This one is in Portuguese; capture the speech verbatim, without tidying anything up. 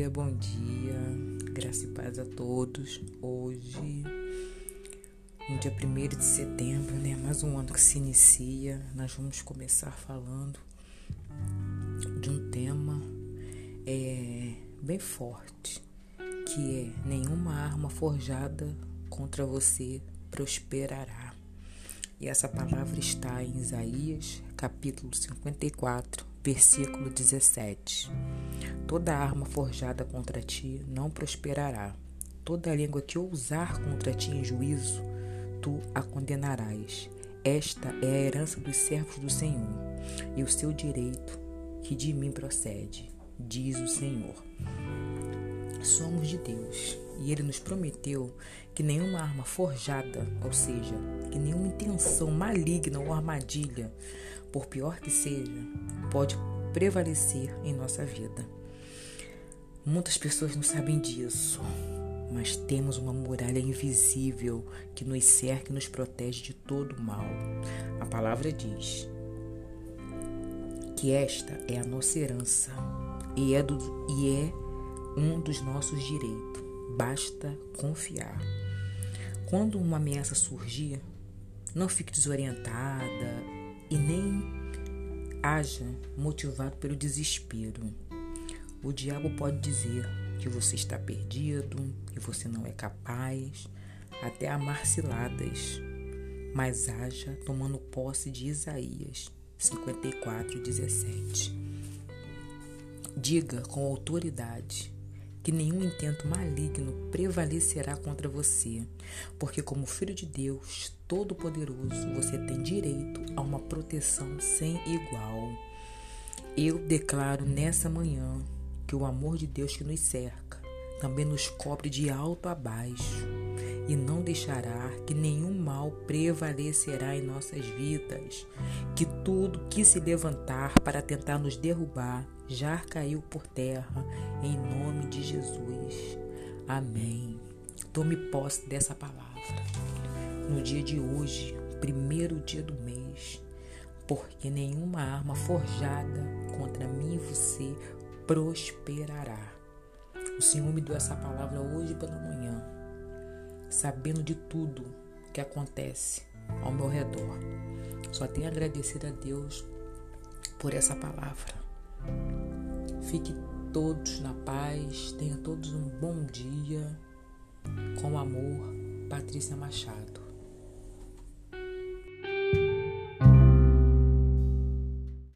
dia, bom dia, graça e paz a todos. Hoje, no dia primeiro de setembro, né, mais um ano que se inicia, nós vamos começar falando de um tema é, bem forte, que é: nenhuma arma forjada contra você prosperará. E essa palavra está em Isaías, capítulo cinquenta e quatro, versículo dezessete. Toda arma forjada contra ti não prosperará. Toda língua que ousar contra ti em juízo, tu a condenarás. Esta é a herança dos servos do Senhor, e o seu direito que de mim procede, diz o Senhor. Somos de Deus, e Ele nos prometeu que nenhuma arma forjada, ou seja, que nenhuma intenção maligna ou armadilha, por pior que seja, pode prevalecer em nossa vida. Muitas pessoas não sabem disso, mas temos uma muralha invisível que nos cerca e nos protege de todo o mal. A palavra diz que esta é a nossa herança e é, do, e é um dos nossos direitos. Basta confiar. Quando uma ameaça surgir, não fique desorientada e nem haja motivado pelo desespero. O diabo pode dizer que você está perdido, que você não é capaz, até amar ciladas, mas haja tomando posse de Isaías cinquenta e quatro, dezessete. Diga com autoridade que nenhum intento maligno prevalecerá contra você, porque como filho de Deus Todo-Poderoso, você tem direito a uma proteção sem igual. Eu declaro nessa manhã que o amor de Deus que nos cerca também nos cobre de alto a baixo e não deixará que nenhum mal prevalecerá em nossas vidas, que tudo que se levantar para tentar nos derrubar já caiu por terra, em nome de Jesus. Amém. Tome posse dessa palavra no dia de hoje, primeiro dia do mês, porque nenhuma arma forjada contra mim e você prosperará. O Senhor me deu essa palavra hoje pela manhã, sabendo de tudo que acontece ao meu redor. Só tenho a agradecer a Deus por essa palavra. Fique todos na paz, tenham todos um bom dia. Com amor, Patrícia Machado.